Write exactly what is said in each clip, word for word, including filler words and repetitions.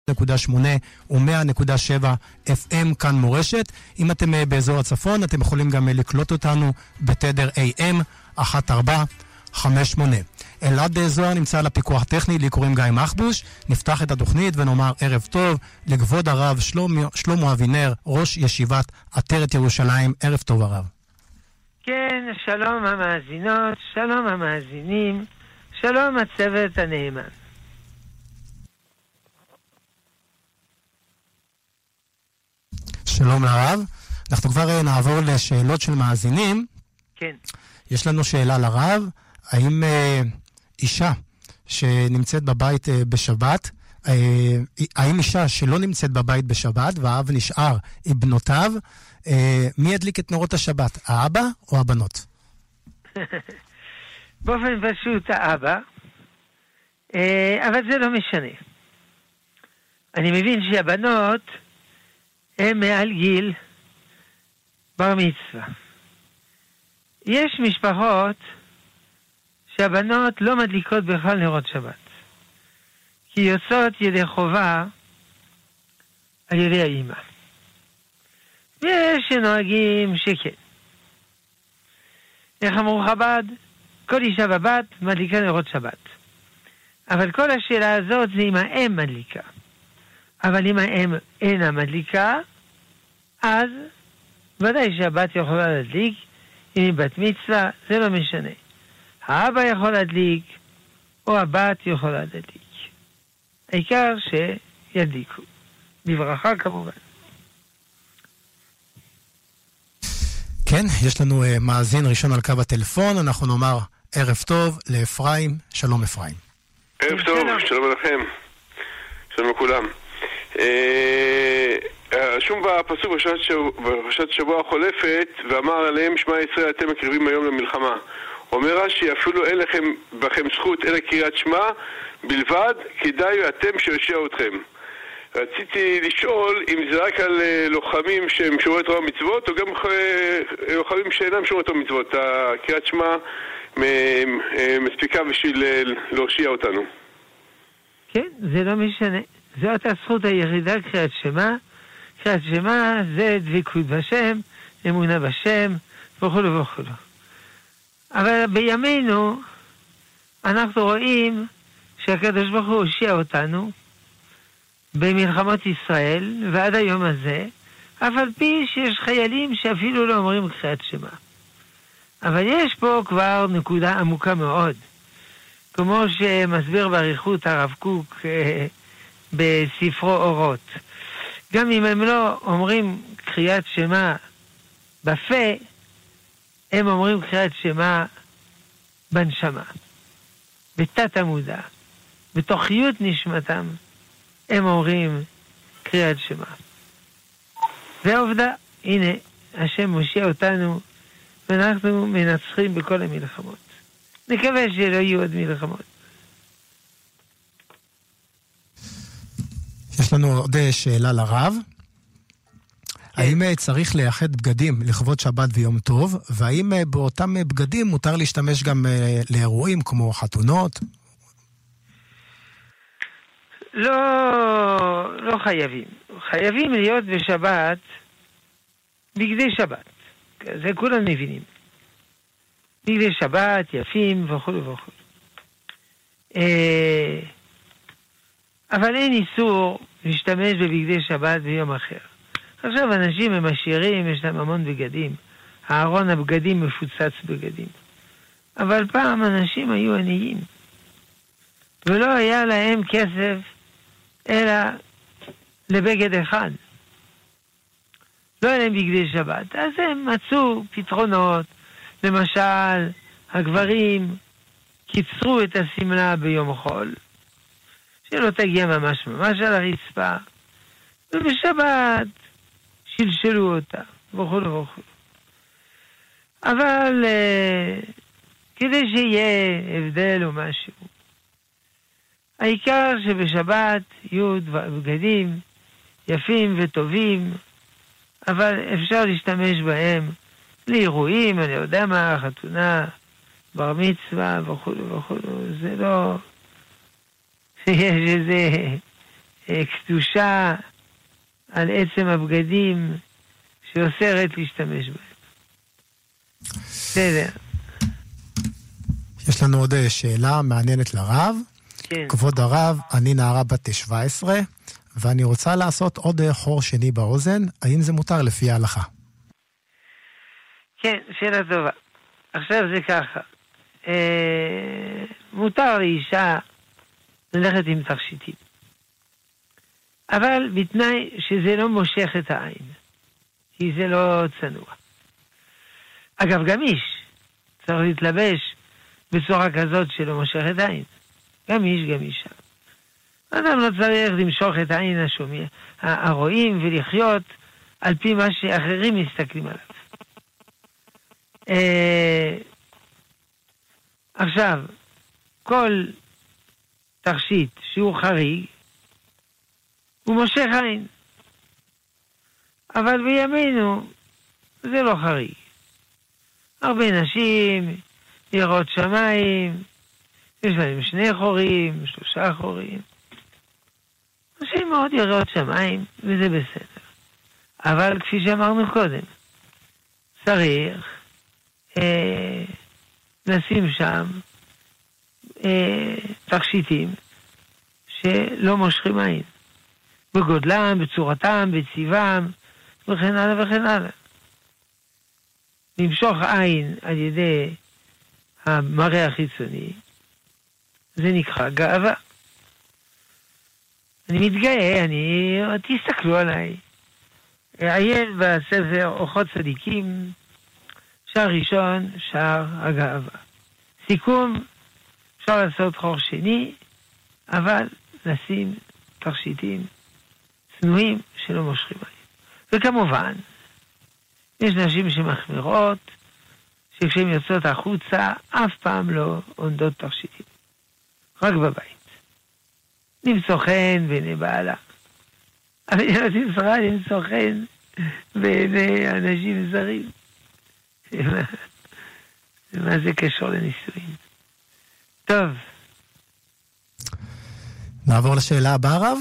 נקודה שמונה ו-מאה נקודה שבע אף אם כאן מורשת. אם אתם באזור הצפון, אתם יכולים גם לקלוט אותנו בתדר איי אם אחת ארבע חמש שמונה. אלעד זוהר נמצא על הפיקוח טכני, לי קוראים גיא מחבוש. נפתח את התוכנית ונאמר ערב טוב לכבוד הרב שלמה, שלמה אבינר, ראש ישיבת עטרת ירושלים. ערב טוב הרב. כן, שלום המאזינות, שלום המאזינים, שלום הצוות הנאמן. שלום לרב. אנחנו כבר נעבור לשאלות של מאזינים. כן. יש לנו שאלה לרב, האם אה, אישה שנמצאת בבית אה, בשבת, אה, האם אישה שלא נמצאת בבית בשבת והאב נשאר עם בנותיו, אה, מי ידליק את נרות השבת, האבא או הבנות? באופן פשוט האבא, אה, אבל זה לא משנה. אני מבין שהבנות הם מעל גיל בר מצווה. יש משפחות שהבנות לא מדליקות בכלל נרות שבת, כי יוצאות ידי חובה על ידי האמא. ויש שנוהגים שכן. איך אמרו חב"ד? כל אישה בבת מדליקה נרות שבת. אבל כל השאלה הזאת זה אם האם מדליקה. אבל אם האם אינה מדליקה, אז ודאי שהבת יכולה להדליק. אם היא בת מצווה, זה לא משנה. האבא יכול להדליק, או הבת יכולה להדליק. העיקר שידליקו. בברכה כמובן. כן, יש לנו uh, מאזין ראשון על קו הטלפון. אנחנו נאמר ערב טוב לאפרים. שלום אפרים. ערב טוב, שלום לכם. שלום לכולם. רשום בפסוק בפרשת שבוע החולפת, ואמר עליהם שמע ישראל אתם מקריבים היום למלחמה. אומר רש"י, אפילו אין לכם בכם זכות אלא קריאת שמע בלבד, כדאי אתם שיושיע אתכם. רציתי לשאול אם זה רק על לוחמים שהם שומרי תורה ומצוות, או גם לוחמים שאינם שומרי תורה ומצוות. הקריאת שמע מספיקה בשביל להושיע אותנו. כן, זה לא משנה. זאת הזכות הירידה, קריאת שמע. קריאת שמע זה דבקות בשם, אמונה בשם, וכו' וכו'. אבל בימינו אנחנו רואים שהקדוש ברוך הוא הושיע אותנו במלחמות ישראל, ועד היום הזה, אף על פי שיש חיילים שאפילו לא אומרים קריאת שמע. אבל יש פה כבר נקודה עמוקה מאוד, כמו שמסביר באריכות הרב קוק אה, בספרו אורות. גם אם הם לא אומרים קריאת שמע בפה, הם אומרים קריאת שמע בנשמה, בתת המודע, בתוכיות נשמתם, הם אומרים קריאת שמע. זה עובדה. הנה, השם מושיע אותנו, ואנחנו מנצחים בכל המלחמות. נקווה שלא יהיו עוד מלחמות. יש לנו עוד שאלה לרב. האם צריך לייחד בגדים לכבוד שבת ויום טוב, והאם באותם בגדים מותר להשתמש גם לאירועים כמו חתונות? לא, לא חייבים. חייבים להיות בשבת בגדי שבת. זה כולם מבינים. בגדי שבת, יפים וכו' וכו'. אבל אין איסור להשתמש בבגדי שבת ביום אחר. עכשיו אנשים הם עשירים, יש להם המון בגדים. הארון הבגדים מפוצץ בגדים. אבל פעם אנשים היו עניים. ולא היה להם כסף אלא לבגד אחד. לא היה להם בגדי שבת. אז הם מצאו פתרונות. למשל, הגברים קיצרו את הסמלה ביום חול. שלא תגיע ממש ממש על הרצפה. ובשבת שלשלו אותה, וכו' וכו'. אבל uh, כדי שיהיה הבדל או משהו, העיקר שבשבת יהיו בגדים יפים וטובים, אבל אפשר להשתמש בהם לאירועים, אני יודע מה, חתונה, בר מצווה וכו' וכו'. זה לא שיש איזה קדושה על עצם הבגדים שאוסרת להשתמש בהם. בסדר. יש לנו עוד שאלה מעניינת לרב. כן. כבוד הרב, אני נערה בת שבע עשרה, ואני רוצה לעשות עוד חור שני באוזן. האם זה מותר לפי ההלכה? כן, שאלה טובה. עכשיו זה ככה. אה, מותר לאישה ללכת עם תכשיטים. אבל בתנאי שזה לא מושך את העין. כי זה לא צנוע. אגב, גם איש צריך להתלבש בצורה כזאת שלא מושך את העין. גם איש, גם אישה. אדם לא צריך למשוך את העין השומע, הרואים ולחיות על פי מה שאחרים מסתכלים עליו. אה, עכשיו, כל תכשיט שהוא חריג, הוא מושך עין. אבל בימינו זה לא חריג. הרבה נשים יראות שמיים, יש להם שני חורים, שלושה חורים. נשים מאוד יראות שמיים, וזה בסדר. אבל כפי שאמרנו קודם, צריך אה, לשים שם אה, תכשיטים שלא מושכים עין. בגודלם, בצורתם, בצבעם, וכן הלאה וכן הלאה. למשוך עין על ידי המראה החיצוני, זה נקרא גאווה. אני מתגאה, אני... תסתכלו עליי. עיין בספר אורחות צדיקים, שער ראשון, שער הגאווה. סיכום, אפשר לעשות חור שני, אבל לשים תכשיטים צנועים שלא מושכים עין. וכמובן, יש נשים שמחמירות, שכשהן יוצאות החוצה, אף פעם לא עונדות תכשיטים. רק בבית. למצוא חן בעיני בעלה. אבל ילדים צריכה למצוא חן בעיני אנשים זרים. מה זה קשור לנישואין? טוב. נעבור לשאלה הבאה, רב.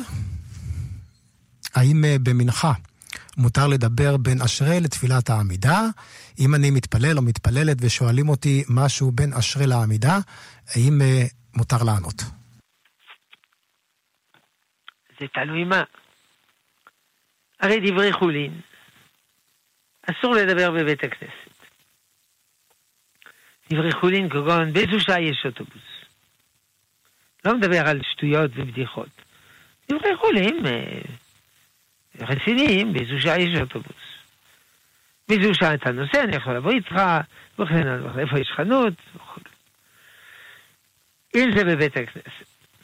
האם במנחה מותר לדבר בין אשרי לתפילת העמידה? אם אני מתפלל או מתפללת ושואלים אותי משהו בין אשרי לעמידה, האם מותר לענות? זה תלוי מה. הרי דברי חולין, אסור לדבר בבית הכנסת. דברי חולין כגון, באיזו שעה יש אוטובוס. לא מדבר על שטויות ובדיחות. דברי חולין רציניים, באיזו שעה יש אוטובוס. באיזו שעה אתה נוסע, אני יכול לבוא איתך, וכן הלאה, איפה יש חנות, וכן. אם זה בבית הכנסת.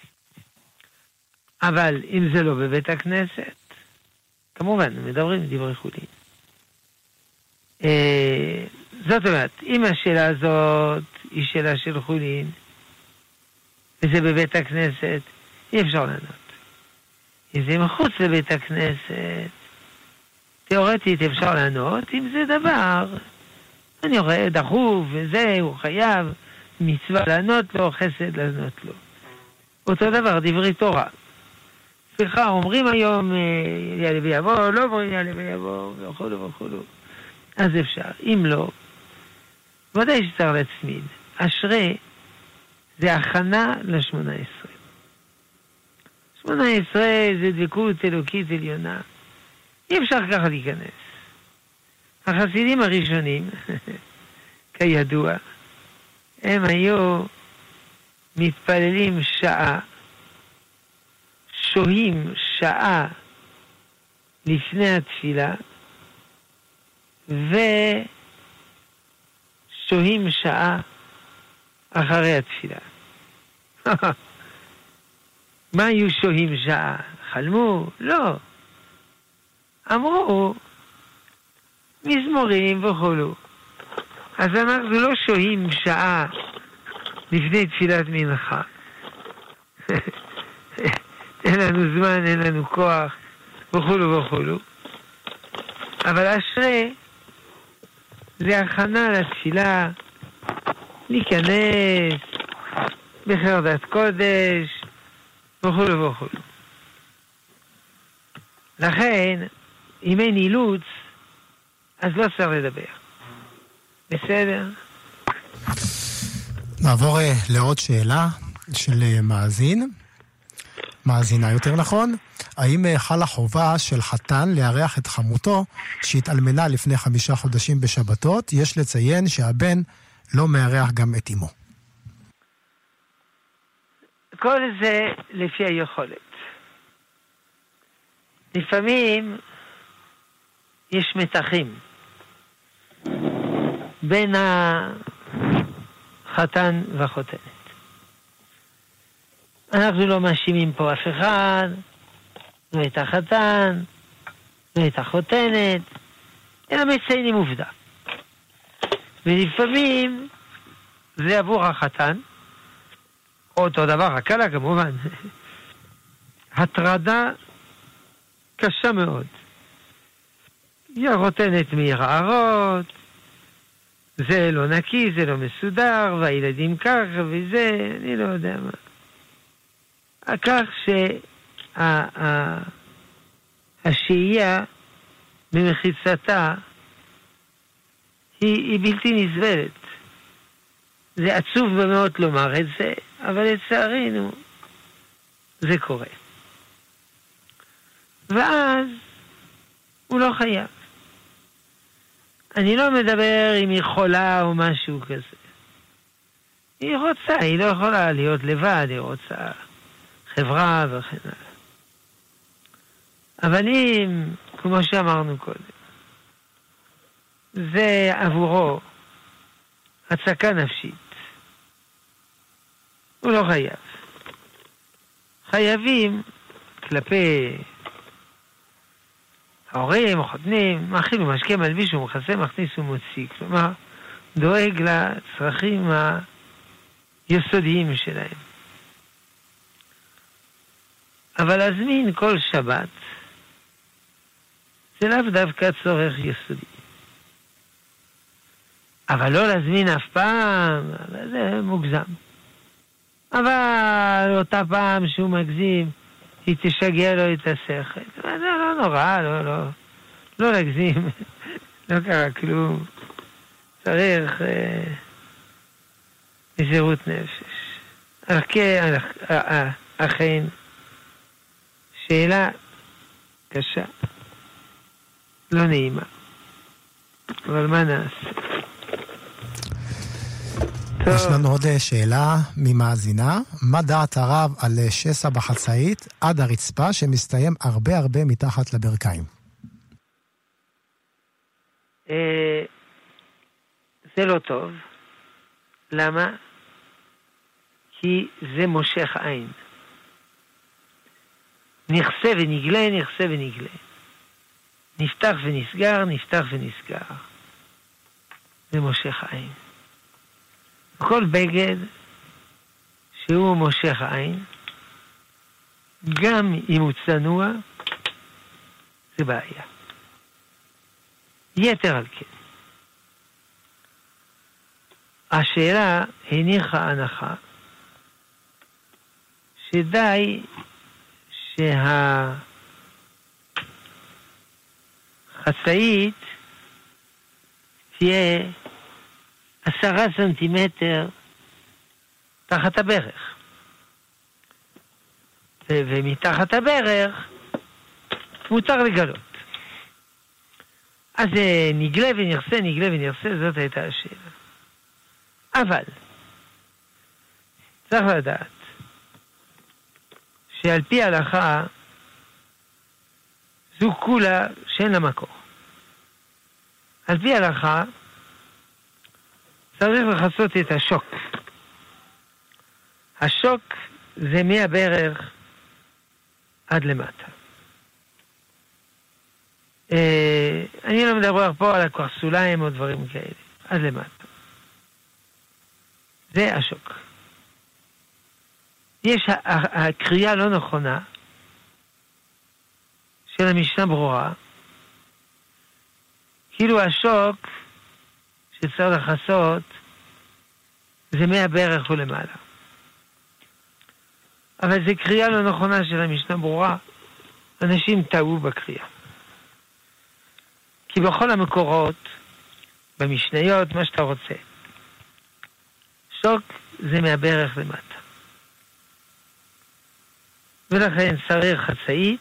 אבל אם זה לא בבית הכנסת, כמובן, מדברים דברי חולין. אה, זאת אומרת, אם השאלה הזאת היא שאלה של חולין, וזה בבית הכנסת, אי אפשר לענות. אם זה מחוץ לבית הכנסת, תיאורטית אפשר לענות, אם זה דבר, אני רואה דחוף וזה, הוא חייב מצווה לענות לו, חסד לענות לו. אותו דבר, דברי תורה. סליחה, אומרים היום יעלה ויבוא, לא אומרים יעלה ויבוא, וכולו וכולו. אז אפשר. אם לא, ודאי שצריך להצמיד. אשרי זה הכנה לשמונה עשרה. שמונה עשרה זה דבקות אלוקית עליונה. אי אפשר ככה להיכנס. החסידים הראשונים, כידוע, הם היו מתפללים שעה, שוהים שעה לפני התפילה, ושוהים שעה אחרי התפילה. מה היו שוהים שעה? חלמו? לא. אמרו מזמורים וכולו. אז אנחנו לא שוהים שעה לפני תפילת מנחה. אין לנו זמן, אין לנו כוח, וכולו וכולו. אבל אשרי זה הכנה לתפילה, להיכנס בחרדת קודש, וכולו וכולו. לכן, אם אין אילוץ, אז לא צריך לדבר. בסדר? נעבור לעוד שאלה של מאזין, מאזינה יותר נכון. האם חלה חובה של חתן לארח את חמותו שהתאלמנה לפני חמישה חודשים בשבתות? יש לציין שהבן לא מארח גם את אמו. כל זה לפי היכולת. לפעמים יש מתחים בין החתן והחותנת. אנחנו לא מאשימים פה אף אחד, לא את החתן, לא את החותנת, אלא מציינים עובדה. ולפעמים זה עבור החתן, אותו דבר, הקלה כמובן, הטרדה קשה מאוד. היא החותנת מערערות, זה לא נקי, זה לא מסודר, והילדים ככה וזה, אני לא יודע מה. כך שהשהייה במחיצתה היא, היא בלתי נסבלת. זה עצוב מאוד לומר את זה, אבל לצערנו זה קורה. ואז הוא לא חייב. אני לא מדבר אם היא חולה או משהו כזה. היא רוצה, היא לא יכולה להיות לבד, היא רוצה חברה וכן הלאה. אבל אם, כמו שאמרנו קודם, זה עבורו הצקה נפשית, הוא לא חייב. חייבים כלפי ההורים, החותנים, מאכיל ומשקה, מלביש ומכסה, מכניס ומוציא. כלומר, דואג לצרכים היסודיים שלהם. אבל להזמין כל שבת זה לאו דווקא צורך יסודי. אבל לא להזמין אף פעם, זה מוגזם. אבל אותה פעם שהוא מגזים, היא תשגע לו את השכל. זה לא נורא, לא, לא, לא להגזים. לא קרה כלום. צריך אה, מזירות נפש. על כן, אכן, שאלה קשה, לא נעימה. אבל מה נעשה? יש לנו עוד שאלה ממאזינה. מה דעת הרב על שסע בחצאית עד הרצפה שמסתיים הרבה הרבה מתחת לברכיים? זה לא טוב. למה? כי זה מושך עין. נכסה ונגלה, נכסה ונגלה. נפתח ונסגר, נפתח ונסגר. זה מושך עין. כל בגד שהוא מושך עין, גם אם הוא צנוע, זה בעיה. יתר על כן. השאלה הניחה הנחה שדי שהחצאית תהיה עשרה סנטימטר תחת הברך. ו- ומתחת הברך מותר לגלות. אז נגלה ונרסה, נגלה ונרסה, זאת הייתה השאלה. אבל צריך לדעת שעל פי ההלכה זו כולה שאין לה מקור. על פי ההלכה צריך לחסות את השוק. השוק זה מהברך עד למטה. אה, אני לא מדבר פה על הקרסוליים או דברים כאלה. עד למטה. זה השוק. יש הקריאה לא נכונה של המשנה ברורה, כאילו השוק שצריך לחסות זה מהברך ולמעלה. אבל זה קריאה לא נכונה של המשנה ברורה. אנשים טעו בקריאה. כי בכל המקורות, במשניות, מה שאתה רוצה, שוק זה מהברך למטה. ולכן שריר חצאית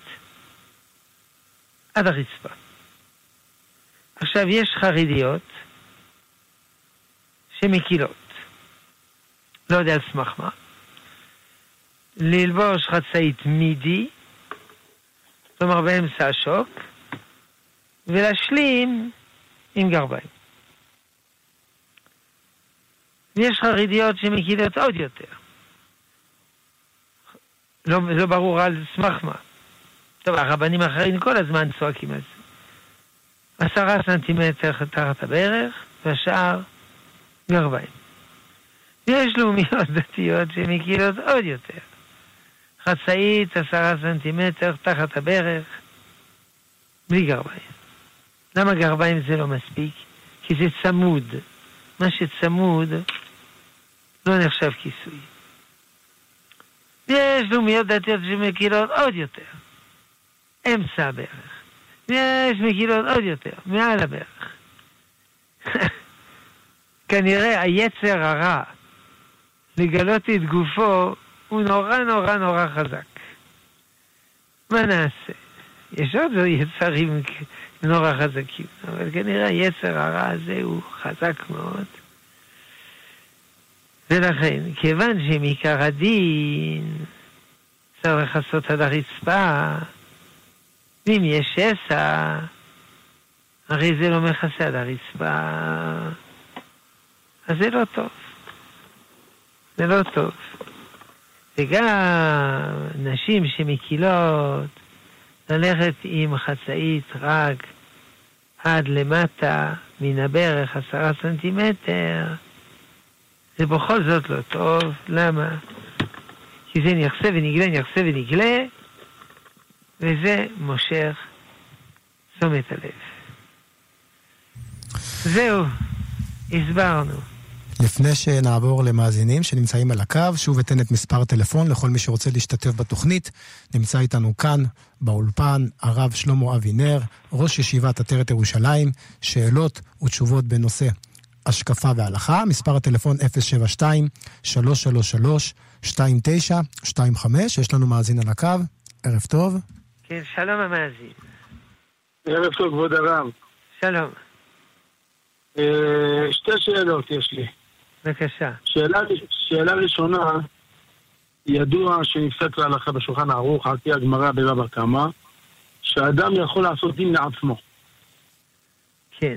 עד הרצפה. עכשיו יש חרדיות שמקילות, לא יודע על סמך מה, ללבוש חצאית מידי, כלומר באמצע השוק, ולהשלים עם גרביים. ויש חרדיות שמקילות עוד יותר. לא, לא ברור על סמך מה. טוב, הרבנים האחרים כל הזמן צועקים על זה. עשרה סנטימטר תחת הברך, והשאר גרביים. ויש לאומיות דתיות שמקילות עוד יותר. חצאית, עשרה סנטימטר תחת הברך, בלי גרביים. למה גרביים זה לא מספיק? כי זה צמוד. מה שצמוד לא נחשב כיסוי. יש לאומיות דתיות שמקילות עוד יותר. אמצע הברך. יש מקילות עוד יותר, מעל הברך. כנראה היצר הרע לגלות את גופו הוא נורא נורא נורא חזק. מה נעשה? יש עוד יצרים נורא חזקים, אבל כנראה היצר הרע הזה הוא חזק מאוד. ולכן, כיוון שמעיקר הדין צריך לעשות עד הרצפה, ואם יש שסע, הרי זה לא מכסה עד הרצפה, אז זה לא טוב. זה לא טוב. וגם נשים שמקילות, ללכת עם חצאית רק עד למטה מן הברך עשרה סנטימטר, זה בכל זאת לא טוב. למה? כי זה נחסה ונגלה, נחסה ונגלה, וזה מושך תשומת הלב. זהו, הסברנו. לפני שנעבור למאזינים שנמצאים על הקו, שוב אתן את מספר הטלפון לכל מי שרוצה להשתתף בתוכנית. נמצא איתנו כאן באולפן הרב שלמה אבינר, ראש ישיבת עטרת ירושלים, שאלות ותשובות בנושא השקפה והלכה. מספר הטלפון אפס שבע שתיים שלוש שלוש שלוש שתיים תשע שתיים חמש. יש לנו מאזין על הקו. ערב טוב. כן, שלום המאזין. ערב טוב, כבוד הרב. שלום. שתי שאלות יש לי. בבקשה. שאלה, שאלה ראשונה, ידוע שנפסק להלכה בשולחן ערוך, על פי הגמרא בבבא קמא, שאדם יכול לעשות דין לעצמו. כן.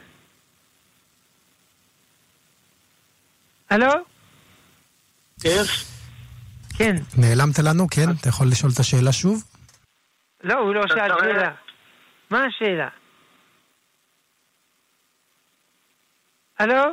הלו? איך? כן. נעלמת לנו, כן? אתה יכול לשאול את השאלה שוב? לא, הוא לא שאל שאלה. מה השאלה? הלו?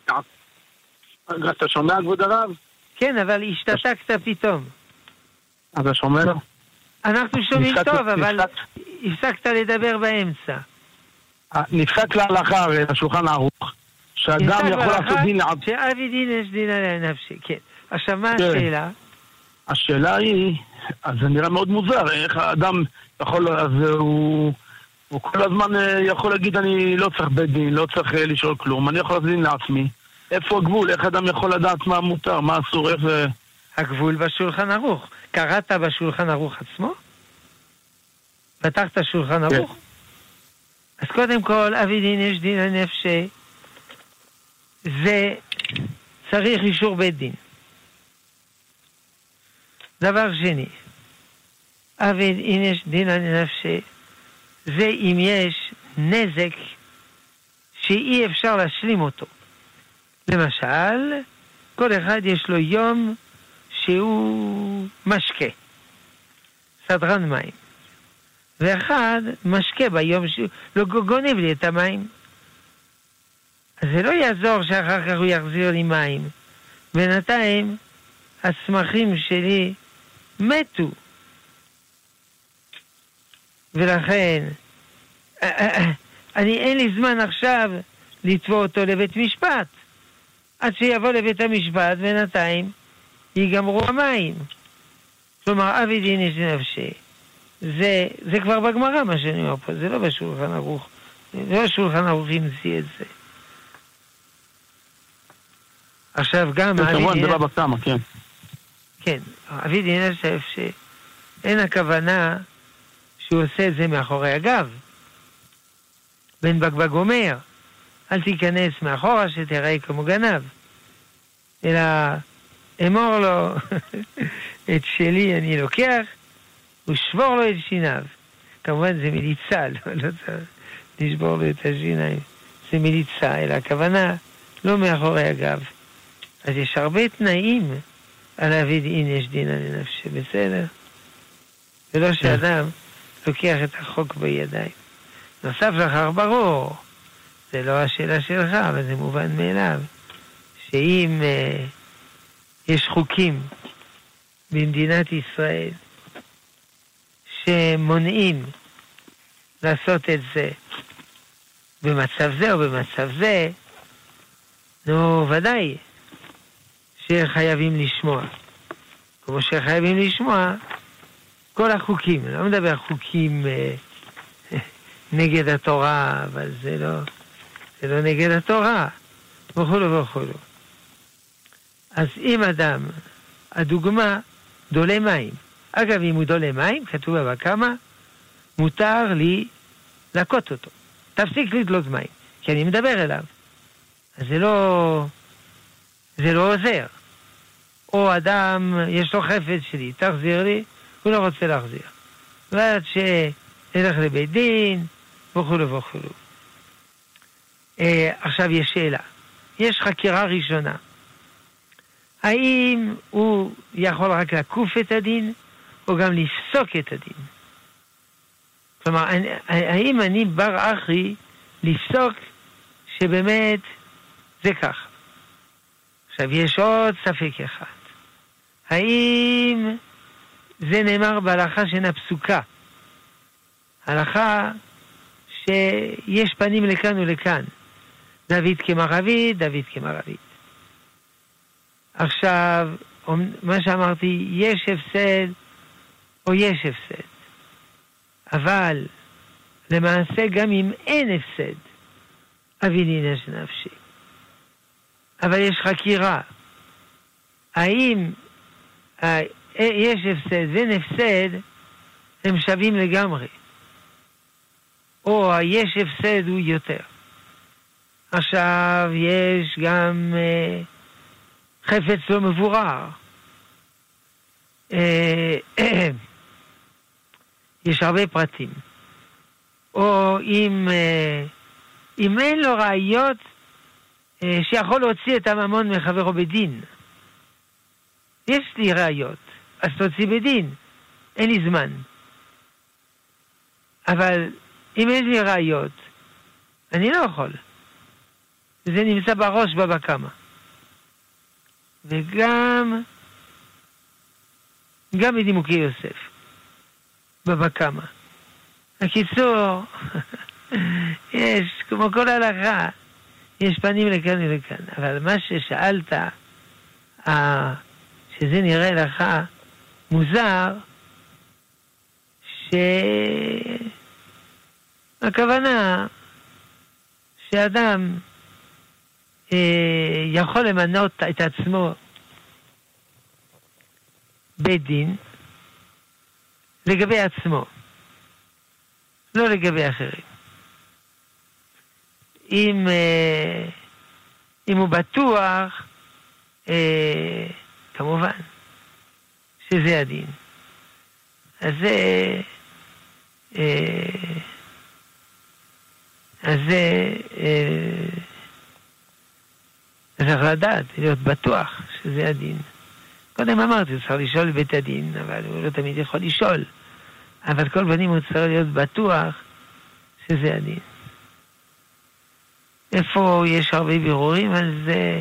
אתה שומע, כבוד הרב? כן, אבל השתתקת פתאום. אתה שומע? אנחנו שומעים טוב, אבל הפסקת לדבר באמצע. נפסק להלכה הרי בשולחן ערוך, שאדם יכול לעשות דין לעצמו. שאבי דין יש דין על נפשי, כן. עכשיו, מה השאלה? השאלה היא, אז זה נראה מאוד מוזר, איך האדם יכול, אז הוא... הוא כל הזמן יכול להגיד, אני לא צריך בית דין, לא צריך לשאול כלום, אני יכול לדין לעצמי. איפה הגבול? איך אדם יכול לדעת מה מותר, מה אסור, איך זה... הגבול בשולחן ערוך. קראת בשולחן ערוך עצמו? פתחת שולחן ערוך? כן. אז קודם כל, אבי דין יש דין הנפשי. זה צריך אישור בית דין. דבר שני, אבי דין יש דין הנפשי. זה אם יש נזק שאי אפשר להשלים אותו. למשל, כל אחד יש לו יום שהוא משקה, סדרן מים, ואחד משקה ביום שהוא לא גונב לי את המים. אז זה לא יעזור שאחר כך הוא יחזיר לי מים. בינתיים הצמחים שלי מתו. ולכן, אני אין לי זמן עכשיו לתבוע אותו לבית משפט. עד שיבוא לבית המשפט, בינתיים ייגמרו המים. כלומר, אבי דין יש נפשי. זה, זה כבר בגמרא מה שאני אומר פה, זה לא בשולחן ערוך. זה לא בשולחן ערוך המציא את זה. עכשיו גם... כן, כמובן, זה בבא קמא, כן. כן, אבי דין יוסף שאין הכוונה שהוא עושה את זה מאחורי הגב. בן בקבק אומר, אל תיכנס מאחורה שתראה כמו גנב. אלא אמור לו, את שלי אני לוקח, ושבור לו את שיניו. כמובן זה מליצה, לא, לא צריך לשבור לו את השיניים. זה מליצה, אלא הכוונה לא מאחורי הגב. אז יש הרבה תנאים על אביד אין יש דינא לנפשי, בסדר? ולא שאדם לוקח את החוק בידיים. נוסף לכך ברור, זה לא השאלה שלך, אבל זה מובן מאליו, שאם אה, יש חוקים במדינת ישראל שמונעים לעשות את זה במצב זה או במצב זה, נו ודאי שחייבים לשמוע. כמו שחייבים לשמוע כל החוקים. אני לא מדבר על חוקים אה, נגד התורה, אבל זה לא, זה לא נגד התורה. וכולו וכולו. אז אם אדם, הדוגמה, דולה מים. אגב, אם הוא דולה מים, כתוב בבא קמא, מותר לי להכות אותו. תפסיק לדלות מים, כי אני מדבר אליו. אז זה לא, זה לא עוזר. או אדם, יש לו חפץ שלי, תחזיר לי, הוא לא רוצה להחזיר. ועד שילך לבית דין, וכולו וכולו. אה, עכשיו יש שאלה. יש חקירה ראשונה. האם הוא יכול רק לקוף את הדין, או גם לפסוק את הדין? כלומר, האם אני בר אחי לפסוק שבאמת זה ככה? עכשיו, יש עוד ספק אחד. האם זה נאמר בהלכה שאינה פסוקה? הלכה שיש פנים לכאן ולכאן. דוד כמרבית, דוד כמרבית. עכשיו, מה שאמרתי, יש הפסד או יש הפסד. אבל למעשה גם אם אין הפסד, אבי דין יש נפשי. אבל יש חקירה. האם יש הפסד ואין הפסד, הם שווים לגמרי. או יש הפסד הוא יותר. עכשיו יש גם אה, חפץ לא מבורר. אה, אה, יש הרבה פרטים. או אם, אה, אם אין לו ראיות אה, שיכול להוציא את הממון מחברו בדין. יש לי ראיות, אז תוציא בדין. אין לי זמן. אבל אם אין לי ראיות, אני לא יכול. זה נמצא בראש בבא קמא. וגם גם בדימוקי יוסף בבא קמא. הקיצור, יש, כמו כל הלכה, יש פנים לכאן ולכאן. אבל מה ששאלת, אה, שזה נראה לך מוזר, שהכוונה שאדם יכול למנות את עצמו בית דין לגבי עצמו, לא לגבי אחרים. אם, אם הוא בטוח, כמובן שזה הדין. אז זה אז זה צריך לדעת, להיות בטוח שזה הדין. קודם אמרתי, הוא צריך לשאול בית הדין, אבל הוא לא תמיד יכול לשאול. אבל כל פנים הוא צריך להיות בטוח שזה הדין. איפה יש הרבה בירורים על זה?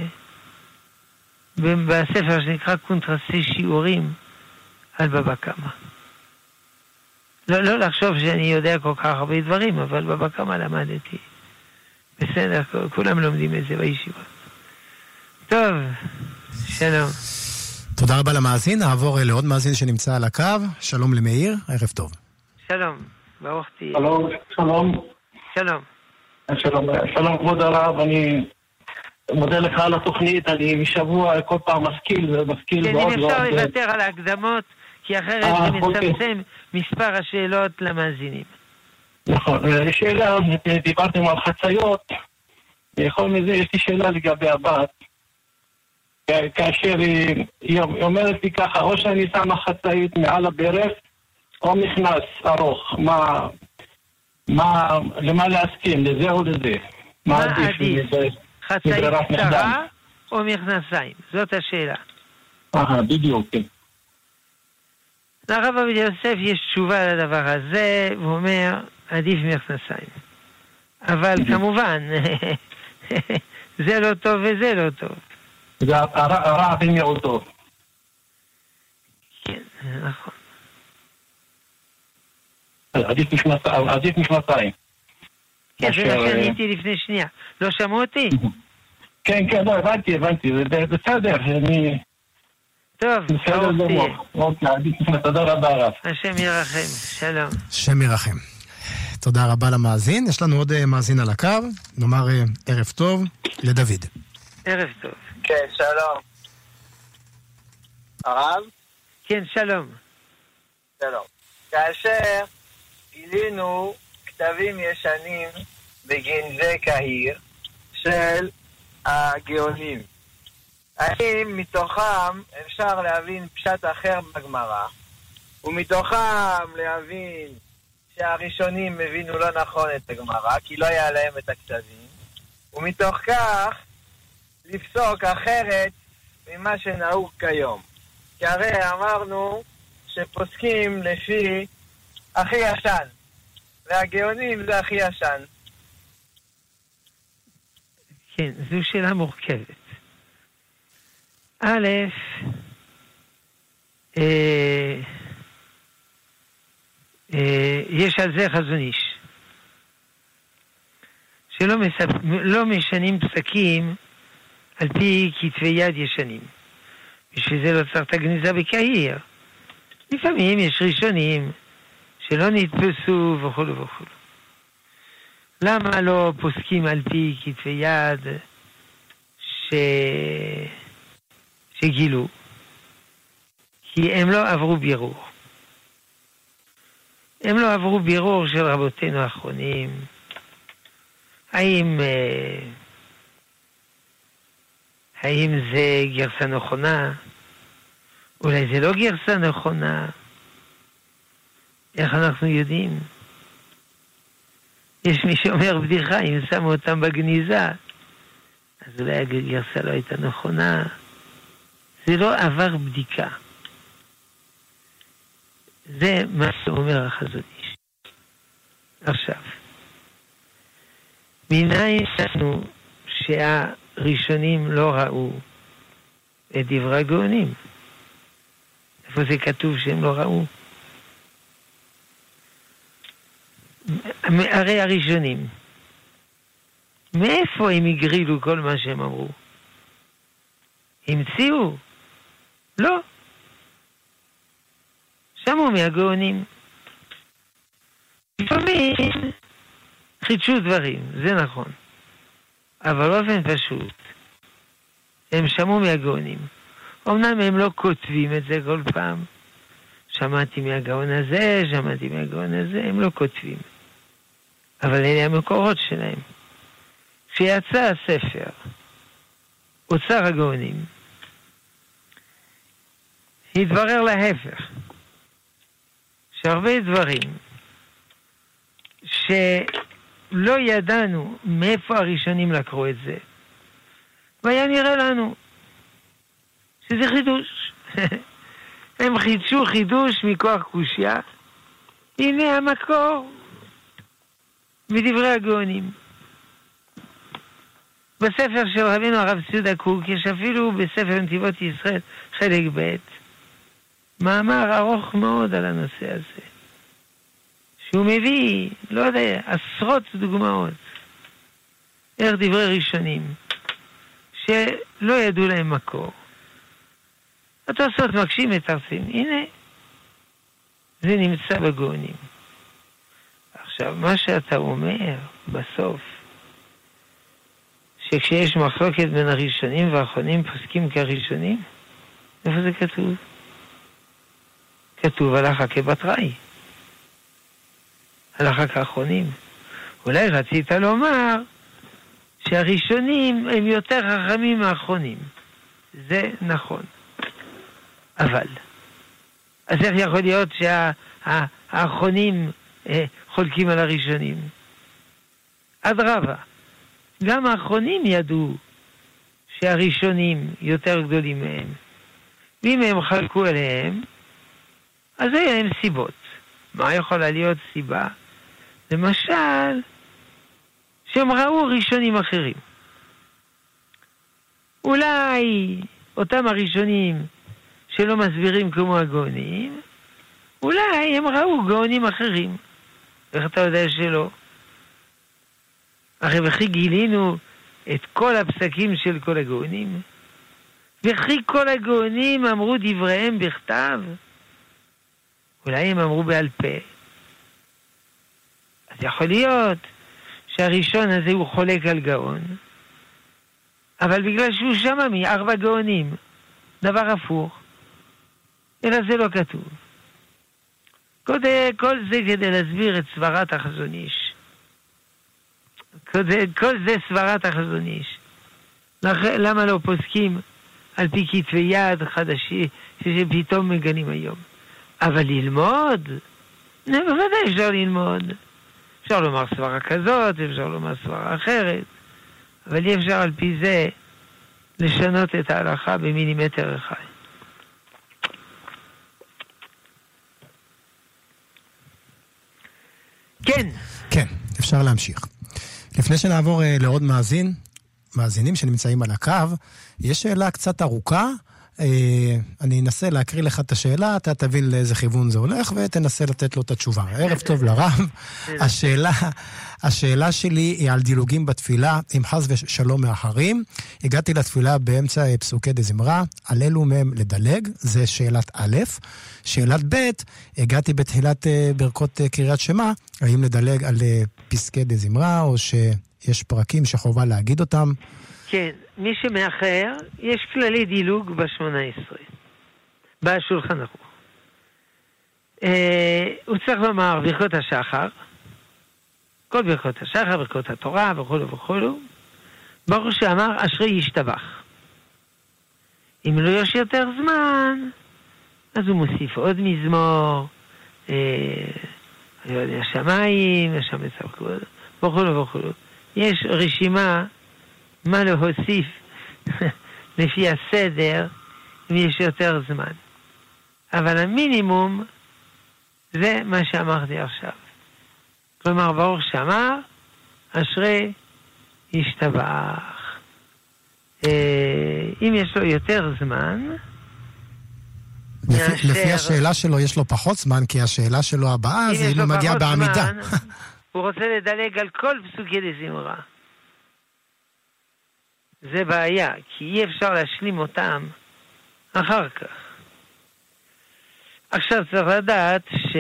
בספר שנקרא קונטרסי שיעורים על בבא קמא. לא, לא לחשוב שאני יודע כל כך הרבה דברים, אבל בבא קמא למדתי. בסדר, כולם לומדים את זה בישיבות. טוב, שלום. תודה רבה למאזין, נעבור לעוד מאזין שנמצא על הקו. שלום למאיר, ערב טוב. שלום, ברוך תהיה. שלום, שלום. שלום. שלום, שלום כבוד הרב, אני מודה לך על התוכנית, אני משבוע כל פעם משכיל ומשכיל כן, מאוד. אם אפשר לוותר על ההקדמות, כי אחרת זה מצמצם מספר השאלות למאזינים. נכון, שאלה, דיברתם על חציות, יכול מזה, יש לי שאלה לגבי הבת, כאשר היא אומרת לי ככה, או שאני שמה חצאית מעל הברך, או מכנס ארוך, מה, מה, למה להסכים, לזה או לזה? מה עדיף? חצאית קצרה או מכנסיים? זאת השאלה. אה, בדיוק, כן. לרב עובדיה יוסף יש תשובה לדבר הזה, והוא אומר, עדיף מכנסיים. אבל כמובן, זה לא טוב וזה לא טוב. זה הרע במיעוטו. כן, נכון. עדיף מכנסיים. כן, זה מה שעניתי לפני שנייה. לא שמעו אותי? כן, כן, לא, הבנתי, הבנתי. זה בסדר, אני... טוב, בסדר גמור. אוקיי, עדיף מכנסיים. תודה רבה רב. השם ירחם, שלום. השם ירחם. תודה רבה למאזין. יש לנו עוד מאזין על הקו. נאמר ערב טוב לדוד. ערב טוב. כן, שלום. הרב? כן, שלום. שלום. כאשר גילינו כתבים ישנים בגנזי קהיר של הגאונים, האם מתוכם אפשר להבין פשט אחר בגמרא, ומתוכם להבין שהראשונים הבינו לא נכון את הגמרא, כי לא היה להם את הכתבים, ומתוך כך לפסוק אחרת ממה שנהוג כיום. כי הרי אמרנו שפוסקים לפי הכי ישן, והגאונים זה הכי ישן. כן, זו שאלה מורכבת. א', אה, אה, יש על זה חזון איש, שלא מספ... לא משנים פסקים על פי כתבי יד ישנים. בשביל זה לא צריך את הגניזה בקהיר. לפעמים יש ראשונים שלא נתפסו וכו' וכו'. למה לא פוסקים על פי כתבי יד ש... שגילו? כי הם לא עברו בירור. הם לא עברו בירור של רבותינו האחרונים. האם... האם זה גרסה נכונה? אולי זה לא גרסה נכונה? איך אנחנו יודעים? יש מי שאומר בדיחה, אם שמו אותם בגניזה, אז אולי הגרסה לא הייתה נכונה. זה לא עבר בדיקה. זה מה שאומר החזון איש. עכשיו, מניין לנו שהראשונים לא ראו את דברי הגאונים? איפה זה כתוב שהם לא ראו? הרי הראשונים, מאיפה הם הגרילו כל מה שהם אמרו? המציאו? לא. שמעו מהגאונים. לפעמים חידשו דברים, זה נכון. אבל באופן פשוט, הם שמעו מהגאונים. אמנם הם לא כותבים את זה כל פעם. שמעתי מהגאון הזה, שמעתי מהגאון הזה, הם לא כותבים. אבל אלה המקורות שלהם. כשיצא הספר, אוצר הגאונים, התברר להפך, שהרבה דברים שלא ידענו מאיפה הראשונים לקחו את זה, והיה נראה לנו שזה חידוש. הם חידשו חידוש מכוח קושיה. הנה המקור מדברי הגאונים. בספר של רבינו הרב ציודה קוק, יש אפילו בספר נתיבות ישראל חלק ב' מאמר ארוך מאוד על הנושא הזה, שהוא מביא, לא יודע, עשרות דוגמאות איך דברי ראשונים שלא ידעו להם מקור. התוספות מקשים את ארצים, הנה זה נמצא בגאונים. עכשיו, מה שאתה אומר בסוף, שכשיש מחלוקת בין הראשונים והאחרונים פוסקים כראשונים, איפה זה כתוב? כתוב הלכה כבתראי, הלכה כאחרונים. אולי רצית לומר שהראשונים הם יותר חכמים מהאחרונים. זה נכון. אבל, אז איך יכול להיות שהאחרונים אה, חולקים על הראשונים? אדרבה, גם האחרונים ידעו שהראשונים יותר גדולים מהם. ואם הם חלקו עליהם, אז היה להם סיבות. מה יכולה להיות סיבה? למשל, שהם ראו ראשונים אחרים. אולי אותם הראשונים שלא מסבירים כמו הגאונים, אולי הם ראו גאונים אחרים. איך אתה יודע שלא? הרי וכי גילינו את כל הפסקים של כל הגאונים, וכי כל הגאונים אמרו דבריהם בכתב, אולי הם אמרו בעל פה. אז יכול להיות שהראשון הזה הוא חולק על גאון, אבל בגלל שהוא שמע מארבע גאונים, דבר הפוך, אלא זה לא כתוב. כל, כל זה כדי להסביר את סברת החזון איש. כל זה, כל זה סברת החזון איש. למה לא פוסקים על פי כתבי יד חדשי שפתאום מגנים היום? אבל ללמוד, בוודאי אפשר ללמוד. אפשר לומר סברה כזאת, אפשר לומר סברה אחרת, אבל אי אפשר על פי זה לשנות את ההלכה במילימטר אחד. כן. כן, אפשר להמשיך. לפני שנעבור uh, לעוד מאזין, מאזינים שנמצאים על הקו, יש שאלה קצת ארוכה, uh, אני אנסה להקריא לך את השאלה, אתה תבין לאיזה כיוון זה הולך, ותנסה לתת לו את התשובה. ערב טוב לרב, השאלה, השאלה שלי היא על דילוגים בתפילה, עם חס ושלום מאחרים. הגעתי לתפילה באמצע פסוקי דזמרה, על אלו מהם לדלג, זה שאלת א'. שאלת ב', הגעתי בתחילת ברכות קריאת שמע, האם לדלג על פסקי דזמרה, או שיש פרקים שחובה להגיד אותם? כן, מי שמאחר, יש כללי דילוג בשמונה עשרה, בשולחן ערוך. אה, הוא צריך לומר ברכות השחר, כל ברכות השחר, ברכות התורה וכו' וכו'. ברוך שאמר, אשרי ישתבח. אם לא יש יותר זמן, אז הוא מוסיף עוד מזמור, אה, השמיים, השם יצחקו, וכו' וכו'. יש רשימה מה להוסיף לפי הסדר אם יש יותר זמן. אבל המינימום זה מה שאמרתי עכשיו. כלומר, ברוך שאמר, אשרי ישתבח. אם יש לו יותר זמן, לפי, לפי השאלה שלו יש לו פחות זמן, כי השאלה שלו הבאה זה אם הוא מגיע בעמידה. זמן, הוא רוצה לדלג על כל פסוקי דזמרה. זה בעיה, כי אי אפשר להשלים אותם אחר כך. עכשיו צריך לדעת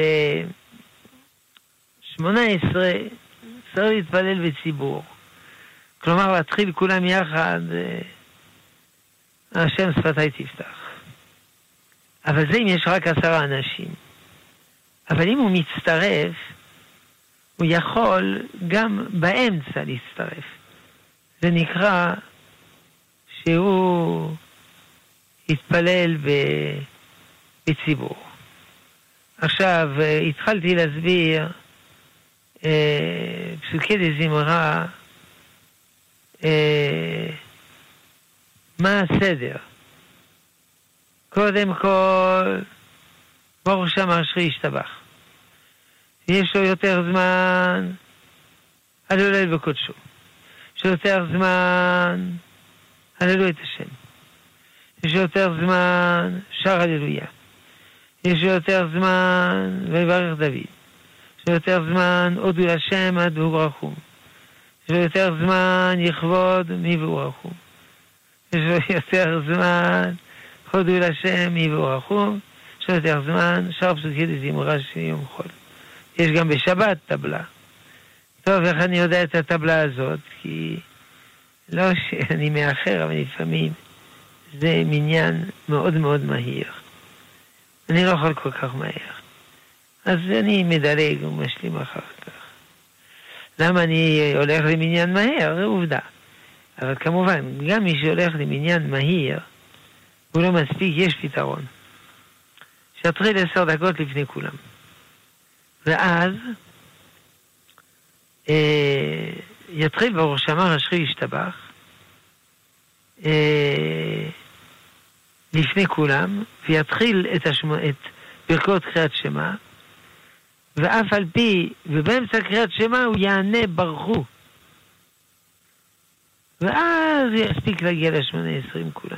ש-שמונה עשרה צריך להתפלל בציבור. כלומר, להתחיל כולם יחד, השם שפתי תפתח. אבל זה אם יש רק עשרה אנשים. אבל אם הוא מצטרף, הוא יכול גם באמצע להצטרף. זה נקרא שהוא התפלל בציבור. עכשיו, התחלתי להסביר אה, פסוקי דזמרה, אה, מה הסדר. קודם כל, ברוך שאמר אשרי ישתבח. יש לו יותר זמן, הלל בקודשו. יש לו יותר זמן, הללו את השם. יש לו יותר זמן, שר הללויה. יש לו יותר זמן, ויברך דוד. יש לו יותר זמן, הודו להשם עד וברכו. יש לו יותר זמן, יכבוד מי וברכו. יש לו יותר זמן, הודו להשם מי וברכו. יש לו יותר זמן, שר פסוקי דזמרה של יום חול. יש גם בשבת טבלה. טוב, איך אני יודע את הטבלה הזאת? כי לא שאני מאחר, אבל לפעמים זה מניין מאוד מאוד מהיר. אני לא יכול כל כך מהר. אז אני מדלג ומשלים אחר כך. למה אני הולך למניין מהר? זה עובדה. אבל כמובן, גם מי שהולך למניין מהיר, הוא לא מספיק, יש פתרון. שיתחיל עשר דקות לפני כולם. ואז אה, יתחיל ברוך שאמר השכי ישתבח אה, לפני כולם, ויתחיל את, השמע, את ברכות קריאת שמע, ואף על פי, ובאמצע קריאת שמע הוא יענה ברכו. ואז יספיק להגיע לשמונה עשרים כולם.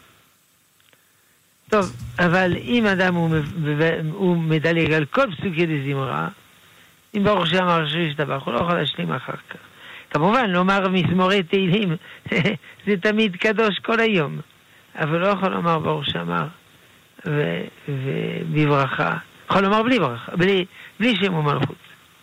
טוב, אבל אם אדם הוא, הוא מדלג על כל פסוקי דזמרה, אם ברוך שאמר שישתבח, הוא לא יכול להשלים אחר כך. כמובן, לומר מזמורי תהילים, זה תמיד קדוש כל היום. אבל לא יכול לומר ברוך שאמר ובברכה. יכול לומר בלי ברכה, בלי, בלי שם ומלכות.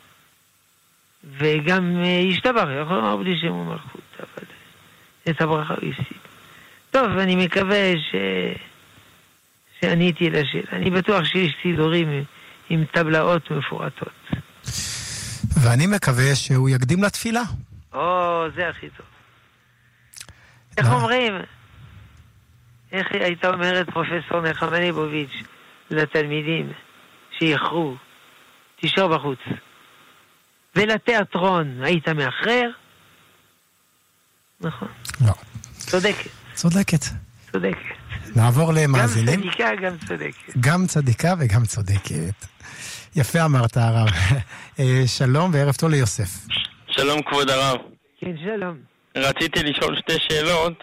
וגם ישתבח, יכול לומר בלי שם ומלכות, אבל את הברכה הוא יסיד. טוב, אני מקווה ש... שעניתי לשאלה. אני בטוח שיש סידורים עם טבלאות מפורטות. ואני מקווה שהוא יקדים לתפילה. או, זה הכי טוב. איך אומרים? איך הייתה אומרת פרופסור נחמה ליבוביץ' לתלמידים שיחרו, תישאר בחוץ. ולתיאטרון, היית מאחרר? נכון. לא. צודקת. צודקת. צודקת. נעבור למאזינים. גם צדיקה, גם צודקת. גם צדיקה וגם צודקת. יפה אמרת הרב. שלום וערב טוב ליוסף. שלום כבוד הרב. כן, שלום. רציתי לשאול שתי שאלות.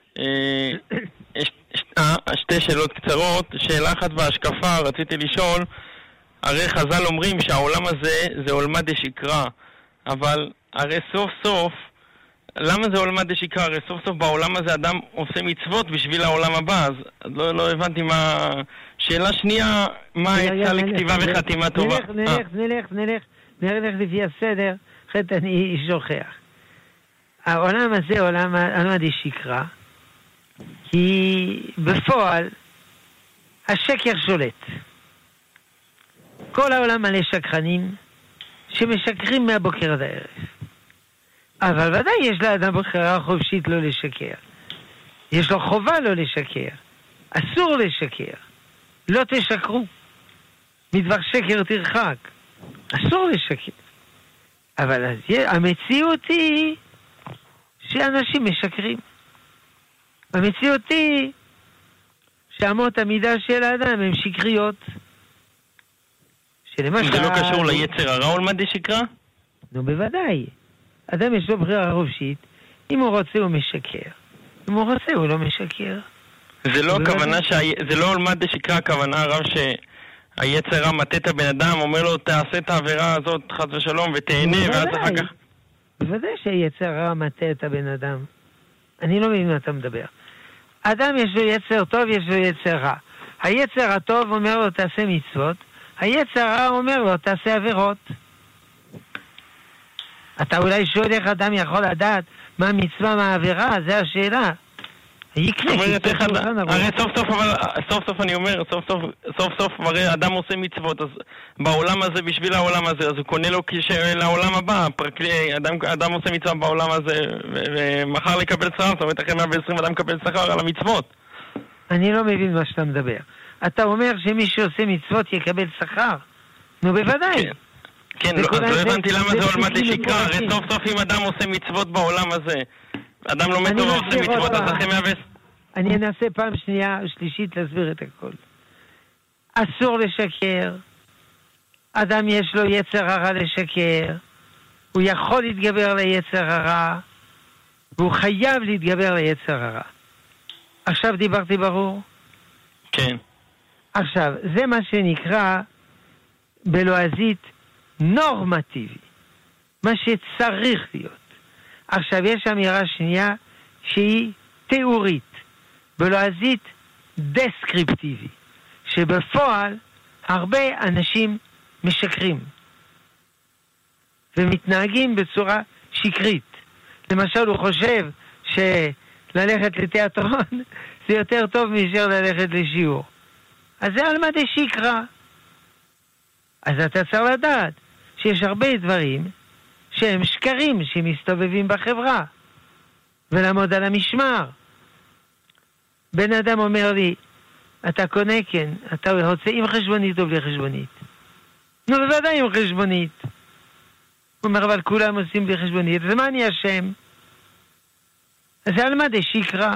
שתי שאלות קצרות. שאלה אחת בהשקפה, רציתי לשאול, הרי חז"ל אומרים שהעולם הזה זה עולמה דשקרא, אבל הרי סוף סוף, למה זה עולמה דשקרא? הרי סוף סוף בעולם הזה אדם עושה מצוות בשביל העולם הבא, אז לא, לא הבנתי מה... שאלה שנייה, מה העצה לכתיבה וחתימה טובה? נלך, נלך, נלך, נלך, נלך לפי הסדר, אחרת אני שוכח. העולם הזה עולם, עולם דשקרא, כי בפועל השקר שולט. כל העולם מלא שקרנים שמשקרים מהבוקר עד הערב. אבל ודאי יש לאדם בחירה חופשית לא לשקר. יש לו חובה לא לשקר. אסור לשקר. לא תשקרו. מדבר שקר תרחק. אסור לשקר. אבל המציאות היא שאנשים משקרים. המציאות היא שאמות המידה של האדם הן שקריות. שלמשל... זה לא קשור ליצר הרע עולמה דשקרא? נו, בוודאי. אדם יש לו בחירה חופשית. אם הוא רוצה הוא משקר. אם הוא רוצה הוא לא משקר. זה לא הכוונה שה... זה לא עולמה דשקרא, הכוונה הרב שהיצר הרע מטה את הבן אדם, אומר לו תעשה את העבירה הזאת חס ושלום ותהנה, ואז אחר כך... בוודאי שהיצר הרע מטה את הבן אדם. אני לא מבין מה אתה מדבר. אדם יש לו יצר טוב, יש לו יצר רע. היצר הטוב אומר לו תעשה מצוות, היצר הרע אומר לו תעשה עבירות. אתה אולי שואל איך אדם יכול לדעת מה מצווה, מה העבירה, זה השאלה. הרי סוף סוף, אבל סוף סוף אני אומר, סוף סוף, סוף סוף הרי אדם עושה מצוות, אז בעולם הזה, בשביל העולם הזה, אז הוא קונה לו לעולם הבא, אדם, אדם עושה מצווה בעולם הזה, ומחר לקבל שכר, זאת אומרת, אחרי מאה ועשרים אדם מקבל שכר על המצוות. אני לא מבין מה שאתה מדבר. אתה אומר שמי שעושה מצוות יקבל שכר? נו, בוודאי. כן, אז לא הבנתי למה זה עולמה דשקרא, הרי סוף סוף אם אדם עושה מצוות בעולם הזה, אדם לומד תורה עושה מצוות, אז אחרי מאה ועשרים... אני אנסה פעם שנייה ושלישית להסביר את הכל. אסור לשקר. אדם יש לו יצר הרע לשקר. הוא יכול להתגבר ליצר הרע, והוא חייב להתגבר ליצר הרע. עכשיו דיברתי ברור? כן. עכשיו, זה מה שנקרא בלועזית נורמטיבי. מה שצריך להיות. עכשיו, יש אמירה שנייה שהיא תיאורית. בלועזית דסקריפטיבי. שבפועל הרבה אנשים משקרים. ומתנהגים בצורה שקרית. למשל, הוא חושב שללכת לתיאטרון זה יותר טוב מאשר ללכת לשיעור. אז זה עלמא דשיקרא. אז אתה צריך לדעת שיש הרבה דברים שהם שקרים שמסתובבים בחברה, ולעמוד על המשמר. בן אדם אומר לי, אתה קונה, כן, אתה רוצה עם חשבונית או בלי חשבונית? נו, בוודאי עם חשבונית. הוא אומר, אבל כולם עושים בלי חשבונית, ומה אני אשם? אז זה עלמא דשיקרא.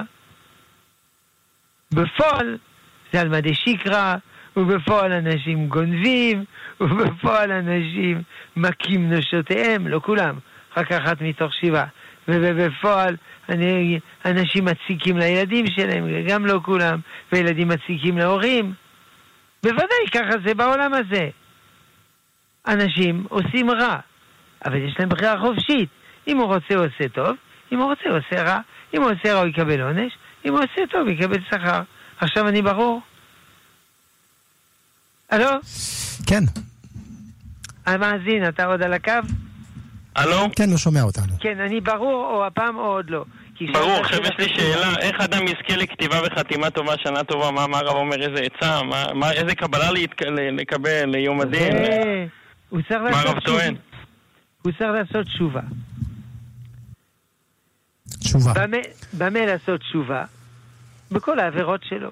בפועל זה עלמא דשיקרא, ובפועל אנשים גונבים, ובפועל אנשים מכים נשותיהם, לא כולם, רק אחת מתוך שבעה. ובפועל אנשים מציקים לילדים שלהם, גם לא כולם, וילדים מציקים להורים. בוודאי, ככה זה בעולם הזה. אנשים עושים רע, אבל יש להם בחירה חופשית. אם הוא רוצה, הוא עושה טוב, אם הוא רוצה, הוא עושה רע. אם הוא עושה רע, הוא יקבל עונש, אם הוא עושה טוב, הוא יקבל שכר. עכשיו אני ברור? הלו? כן. המאזין, אתה עוד על הקו? הלו? כן, לא שומע אותנו. כן, אני ברור, או הפעם או עוד לא. ברור, עכשיו יש לי שאלה, איך אדם יזכה לכתיבה וחתימה טובה, שנה טובה, מה מה הרב אומר, איזה עצה, מה, מה, איזה קבלה לקבל ליום הדין? הוא צריך מה הרב טוען? הוא צריך לעשות תשובה. תשובה. במה לעשות תשובה? בכל העבירות שלו.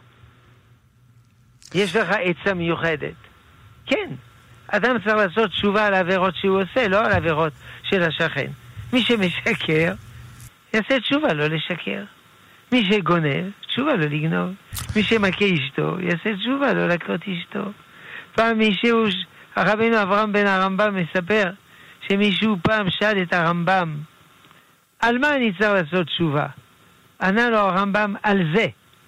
יש לך עצה מיוחדת. כן, אדם צריך לעשות תשובה על העבירות שהוא עושה, לא על העבירות של השכן. מי שמשקר, יעשה תשובה לא לשקר. מי שגונב, תשובה לא לגנוב. מי שמכה אשתו, יעשה תשובה לא לקרות אשתו. פעם מישהו, הרבינו אברהם בן הרמב"ם מספר, שמישהו פעם שאל את הרמב"ם, על מה אני צריך לעשות תשובה? ענה לו הרמב"ם, על זה.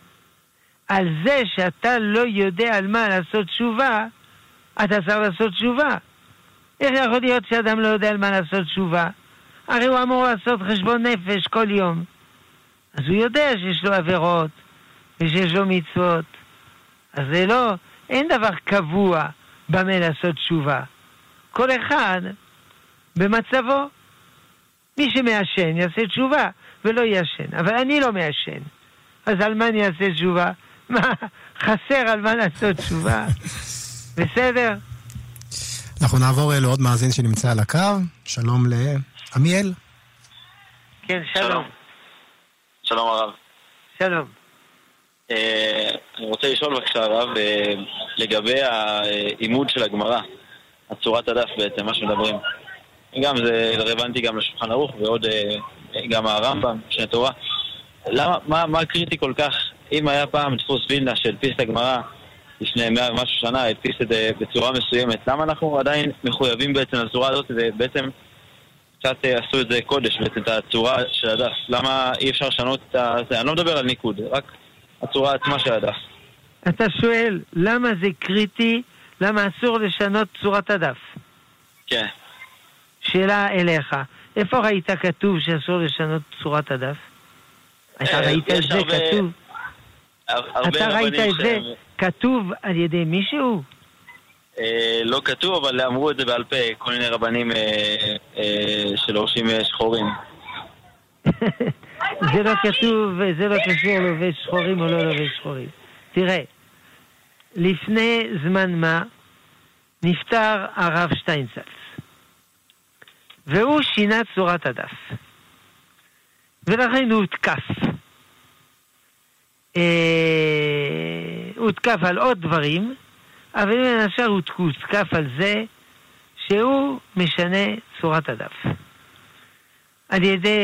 על זה שאתה לא יודע על מה לעשות תשובה, אתה צריך לעשות תשובה. איך יכול להיות שאדם לא יודע על מה לעשות תשובה? הרי הוא אמור לעשות חשבון נפש כל יום. אז הוא יודע שיש לו עבירות, ושיש לו מצוות. אז זה לא, אין דבר קבוע במה לעשות תשובה. כל אחד במצבו. מי שמאשן יעשה תשובה ולא ישן. אבל אני לא מאשן. אז על מה אני אעשה תשובה? מה, חסר על מה לעשות תשובה? בסדר? אנחנו נעבור לעוד מאזין שנמצא על הקו. שלום לעמיאל. כן, שלום. שלום הרב. שלום. אני רוצה לשאול בבקשה הרב, לגבי העימוד של הגמרא, הצורת הדף בעצם, מה שמדברים. גם זה רלוונטי גם לשולחן ערוך, ועוד גם הרמב"ם, שני תורה. למה, מה, מה קריטי כל כך, אם היה פעם דפוס וילנה שהדפיס את הגמרא לפני מאה ומשהו שנה, הדפיס את זה בצורה מסוימת, למה אנחנו עדיין מחויבים בעצם לצורה הזאת, ובעצם קצת עשו את זה קודש, בעצם את הצורה של הדף. למה אי אפשר לשנות את זה? אני לא מדבר על ניקוד, רק הצורה עצמה של הדף. אתה שואל, למה זה קריטי? למה אסור לשנות צורת הדף? כן. שאלה אליך, איפה ראית כתוב שאסור לשנות צורת הדף? אתה ראית את זה כתוב? אתה ראית את זה כתוב על ידי מישהו? לא כתוב, אבל אמרו את זה בעל פה, כל מיני רבנים שלורשים שחורים. זה לא כתוב, זה לא קשור לובש שחורים או לא לובש שחורים. תראה, לפני זמן מה נפטר הרב שטיינצלץ. והוא שינה צורת הדף. ולכן הוא הותקף. אה, הוא הותקף על עוד דברים, אבל בין השאר הוא הותקף על זה שהוא משנה צורת הדף. על ידי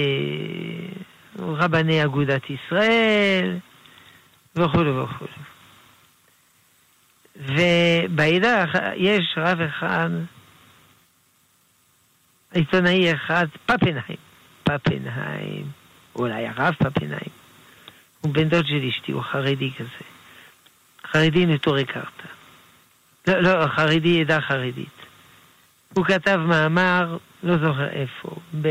רבני אגודת ישראל וכו' וכו'. ובעידה יש רב אחד, עיתונאי אחד, פפנהיים. פפנהיים, אולי הרב פפנהיים. הוא בן דוד של אשתי, הוא חרדי כזה. חרדי נטורי קרתא. לא, לא, חרדי, עדה חרדית. הוא כתב מאמר, לא זוכר איפה, ב...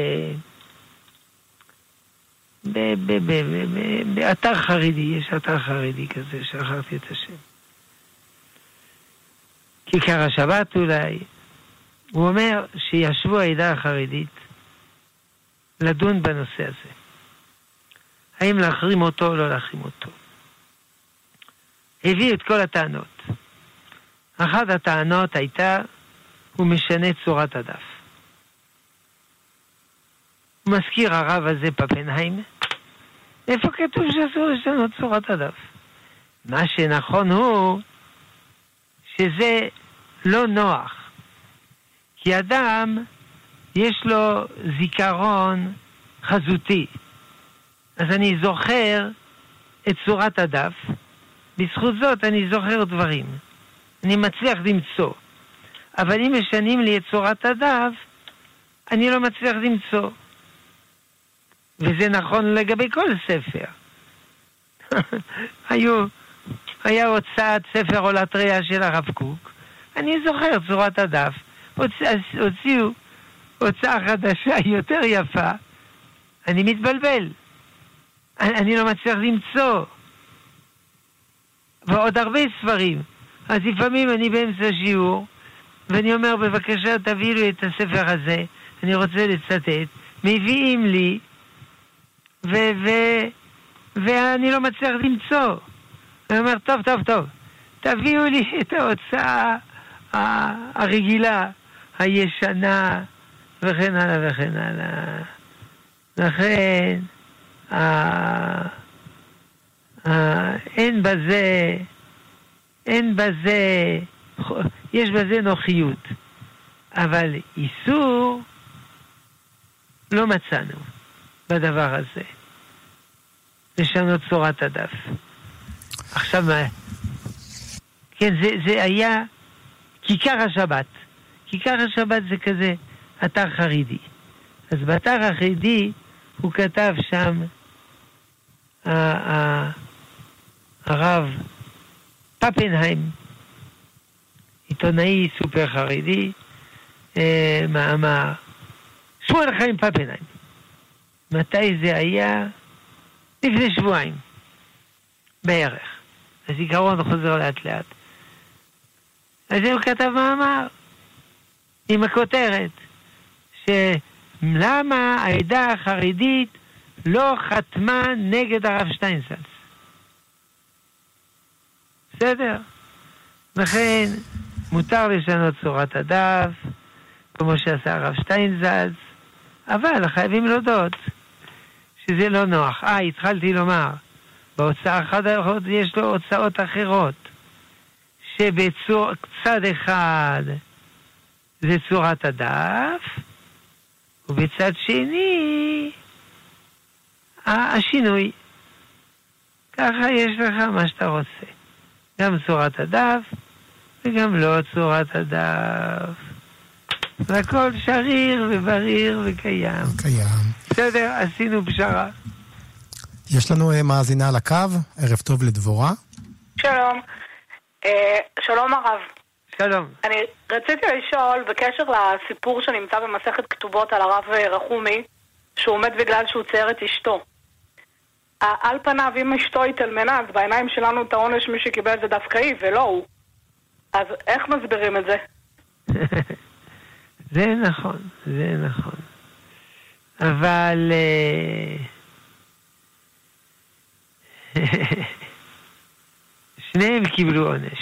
ב... ב... ב... ב... באתר חרדי, יש אתר חרדי כזה, שכחתי את השם. כיכר השבת אולי. הוא אומר שישבו העדה החרדית לדון בנושא הזה. האם להחרים אותו או לא להחרים אותו. הביא את כל הטענות. אחת הטענות הייתה, הוא משנה צורת הדף. הוא מזכיר הרב הזה פפנהיים, איפה כתוב שאסור לשנות צורת הדף? מה שנכון הוא שזה לא נוח. כי אדם יש לו זיכרון חזותי. אז אני זוכר את צורת הדף, בזכות זאת אני זוכר דברים. אני מצליח למצוא. אבל אם משנים לי את צורת הדף, אני לא מצליח למצוא. וזה נכון לגבי כל ספר. היו, היה הוצאת ספר עולת ריה של הרב קוק. אני זוכר צורת הדף. הוצא, הוציאו הוצאה חדשה יותר יפה. אני מתבלבל. אני, אני לא מצליח למצוא. ועוד הרבה ספרים. אז לפעמים אני באמצע שיעור, ואני אומר, בבקשה תביאו לי את הספר הזה, אני רוצה לצטט. מביאים לי, ו- ו- ואני לא מצליח למצוא. אני אומר, טוב, טוב, טוב, תביאו לי את ההוצאה הרגילה, הישנה, וכן הלאה וכן הלאה. לכן, ה- ה- אין בזה, אין בזה, יש בזה נוחיות. אבל איסור לא מצאנו בדבר הזה. לשנות צורת הדף. עכשיו מה? כן, זה, זה היה כיכר השבת. כיכר השבת זה כזה אתר חרדי. אז באתר החרדי הוא כתב שם ה- ה- הרב פפנהיים, עיתונאי סופר חרדי, אה, מאמר שמואל חיים פפנהיים. מתי זה היה? לפני שבועיים בערך. הזיכרון חוזר לאט לאט. אז הוא כתב מאמר עם הכותרת שלמה העדה החרדית לא חתמה נגד הרב שטיינזלץ. בסדר? לכן מותר לשנות צורת הדף כמו שעשה הרב שטיינזלץ, אבל חייבים להודות שזה לא נוח. אה, התחלתי לומר, בהוצאה אחת יש לו הוצאות אחרות, שבצור צד אחד זה צורת הדף, ובצד שני השינוי. ככה יש לך מה שאתה רוצה. גם צורת הדף, וגם לא צורת הדף. והכל שריר ובריר וקיים. קיים. בסדר, עשינו פשרה. יש לנו uh, מאזינה על הקו, ערב טוב לדבורה. שלום. Uh, שלום הרב. שלום. אני רציתי לשאול בקשר לסיפור שנמצא במסכת כתובות על הרב רחומי, שהוא מת בגלל שהוא צייר את אשתו. על פניו, אם אשתו התאלמנה, אז בעיניים שלנו את העונש מי שקיבל זה דווקא היא, ולא הוא. אז איך מסבירים את זה? זה נכון, זה נכון. אבל שניהם קיבלו עונש.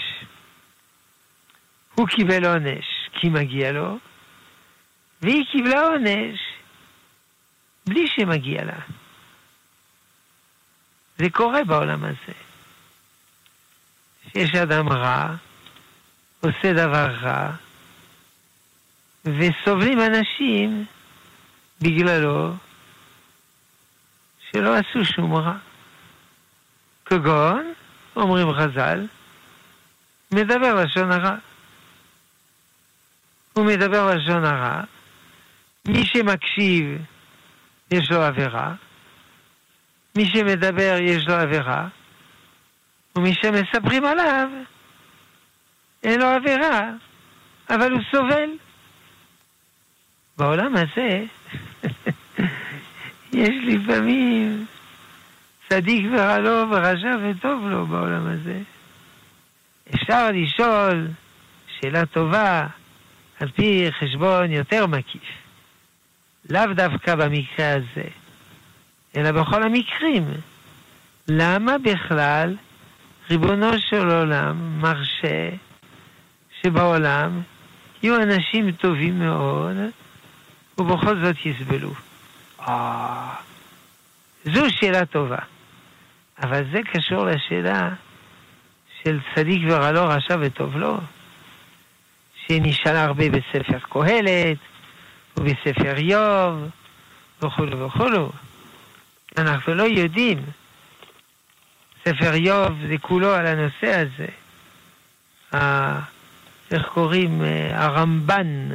הוא קיבל עונש כי מגיע לו, והיא קיבלה עונש בלי שמגיע לה. זה קורה בעולם הזה. שיש אדם רע, עושה דבר רע, וסובלים אנשים בגללו שלא עשו שום רע. כגון, אומרים חז"ל, מדבר לשון הרע. הוא מדבר לשון הרע, מי שמקשיב יש לו עבירה, מי שמדבר יש לו עבירה, ומי שמספרים עליו אין לו עבירה, אבל הוא סובל. בעולם הזה יש לפעמים צדיק ורע לו ורשע וטוב לו בעולם הזה. אפשר לשאול שאלה טובה, על פי חשבון יותר מקיף. לאו דווקא במקרה הזה, אלא בכל המקרים. למה בכלל ריבונו של עולם מרשה שבעולם יהיו אנשים טובים מאוד ובכל זאת יסבלו? אה, זו שאלה טובה. אבל זה קשור לשאלה של צדיק ורע לו, רשע וטוב לו, שנשאל הרבה בספר קהלת ובספר איוב וכו' וכו'. אנחנו לא יודעים. ספר איוב זה כולו על הנושא הזה. ה... איך קוראים? הרמב"ן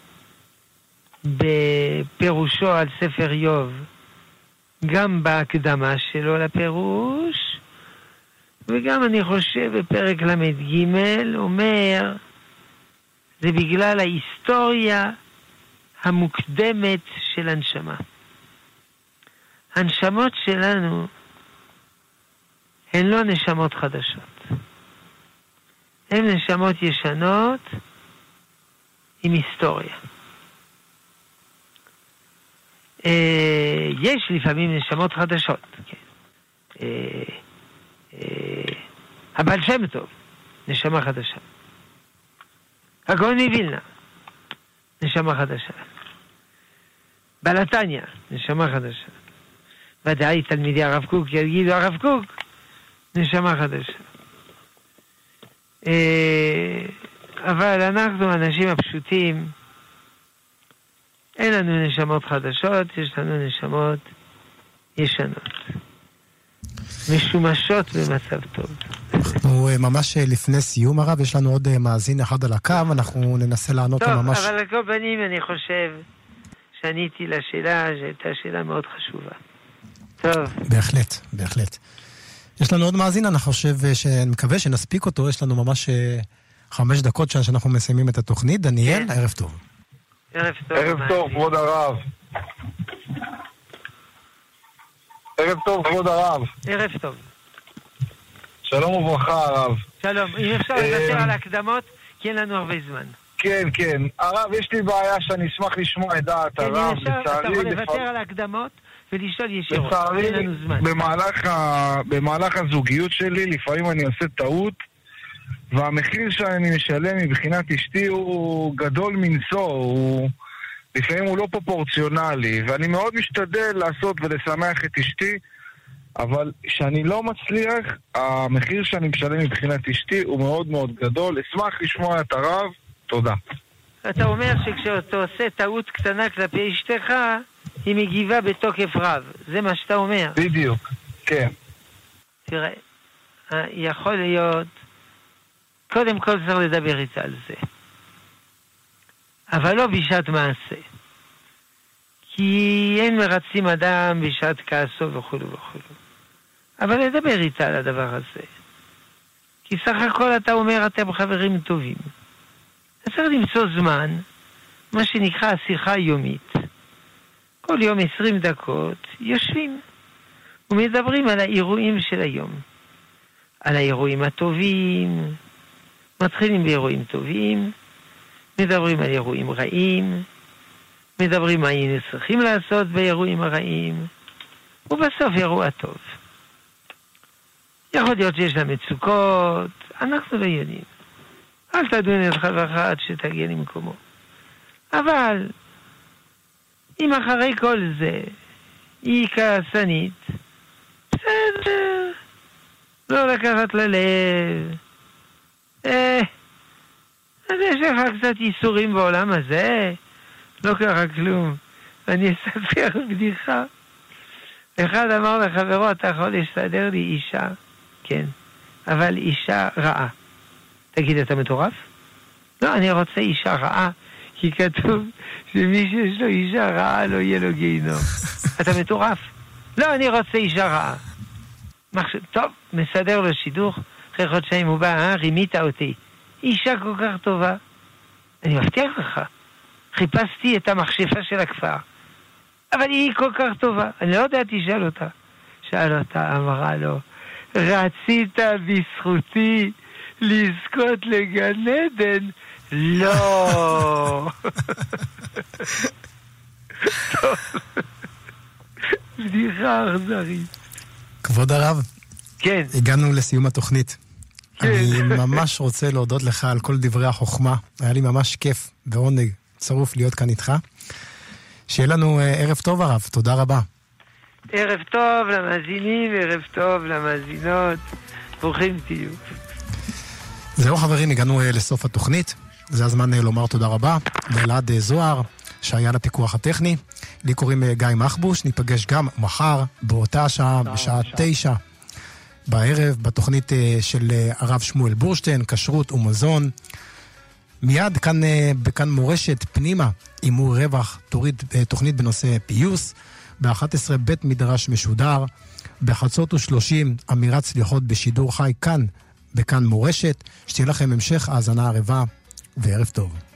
בפירושו על ספר איוב, גם בהקדמה שלו לפירוש, וגם אני חושב בפרק למד ג' אומר, זה בגלל ההיסטוריה המוקדמת של הנשמה. הנשמות שלנו הן לא נשמות חדשות. הן נשמות ישנות עם היסטוריה. אה, יש לפעמים נשמות חדשות. כן. אה, אה, הבעל שם טוב, נשמה חדשה. הגאון מווילנה, נשמה חדשה. בעל התניא, נשמה חדשה. ודאי תלמידי הרב קוק יגידו הרב קוק, נשמה חדשה. אבל אנחנו, האנשים הפשוטים, אין לנו נשמות חדשות, יש לנו נשמות ישנות. משומשות במצב טוב. אנחנו ממש לפני סיום הרב, יש לנו עוד מאזין אחד על הקו, אנחנו ננסה לענות טוב, ממש... אבל על כל פנים אני חושב שעניתי לשאלה, שהייתה שאלה מאוד חשובה. טוב. בהחלט, בהחלט. יש לנו עוד מאזין, אני חושב, שאני מקווה שנספיק אותו, יש לנו ממש חמש דקות שאנחנו מסיימים את התוכנית. דניאל, ערב טוב. ערב טוב. ערב טוב, כבוד הרב. ערב טוב, כבוד הרב. ערב טוב. שלום וברכה, הרב. שלום, אם אפשר לוותר על ההקדמות, כי אין לנו הרבה זמן. כן, כן. הרב, יש לי בעיה שאני אשמח לשמוע את דעת הרב. כן, אם אפשר, אתה יכול לוותר על ההקדמות ולשאול ישירות. לצערי, במהלך, ה... במהלך הזוגיות שלי, לפעמים אני עושה טעות, והמחיר שאני משלם מבחינת אשתי הוא גדול מנשוא, הוא... לפעמים הוא לא פרופורציונלי, ואני מאוד משתדל לעשות ולשמח את אשתי, אבל כשאני לא מצליח, המחיר שאני משלם מבחינת אשתי הוא מאוד מאוד גדול. אשמח לשמוע את הרב, תודה. אתה אומר שכשאתה עושה טעות קטנה כלפי אשתך, היא מגיבה בתוקף רב. זה מה שאתה אומר. בדיוק, כן. תראה, יכול להיות, קודם כל צריך לדבר איתה על זה. אבל לא בשעת מעשה. כי אין מרצים אדם בשעת כעסו וכו' וכו'. אבל לדבר איתה על הדבר הזה. כי סך הכל אתה אומר, אתם חברים טובים. אתה צריך למצוא זמן, מה שנקרא השיחה היומית. כל יום עשרים דקות יושבים ומדברים על האירועים של היום. על האירועים הטובים, מתחילים באירועים טובים, מדברים על אירועים רעים, מדברים מה היינו צריכים לעשות באירועים הרעים, ובסוף אירוע טוב. יכול להיות שיש לה מצוקות, אנחנו לא יודעים. אל תדון את חברך עד שתגיע למקומו. אבל אם אחרי כל זה היא כעסנית, בסדר, לא לקחת ללב. אה, אז יש לך קצת ייסורים בעולם הזה, לא קרה כלום. ואני אספר בדיחה. אחד אמר לחברו, אתה יכול להסתדר לי אישה, כן, אבל אישה רעה. תגיד, אתה מטורף? לא, אני רוצה אישה רעה, כי כתוב שמי שיש לו אישה רעה לא יהיה לו גיהנום. אתה מטורף? לא, אני רוצה אישה רעה. מחשב, טוב, מסדר לו שידוך, אחרי חודשיים הוא בא, אה, רימית אותי. אישה כל כך טובה. אני מבטיח לך, חיפשתי את המכשפה של הכפר. אבל היא כל כך טובה. אני לא יודעת, תשאל אותה. שאל אותה, אמרה לו, רצית בזכותי לזכות לגן עדן, לא. בדיחה אכזרית. כבוד הרב, כן. הגענו לסיום התוכנית. כן. אני ממש רוצה להודות לך על כל דברי החוכמה. היה לי ממש כיף ועונג צרוף להיות כאן איתך. שיהיה לנו ערב טוב הרב, תודה רבה. ערב טוב למאזינים, ערב טוב למאזינות. ברוכים תהיו. זהו חברים, הגענו לסוף התוכנית. זה הזמן לומר תודה רבה לאלעד זוהר, שהיה לפיקוח הטכני. לי קוראים גיא מחבוש, ניפגש גם מחר באותה שעה, בשעה תשע בערב, בתוכנית של הרב שמואל בורשטיין, כשרות ומזון. מיד כאן, בכאן מורשת פנימה, אימור רווח, תוריד תוכנית בנושא פיוס. ב-אחת עשרה בית מדרש משודר, בחצות ושלושים אמירת סליחות בשידור חי כאן, בכאן מורשת. שתהיה לכם המשך האזנה ערבה וערב טוב.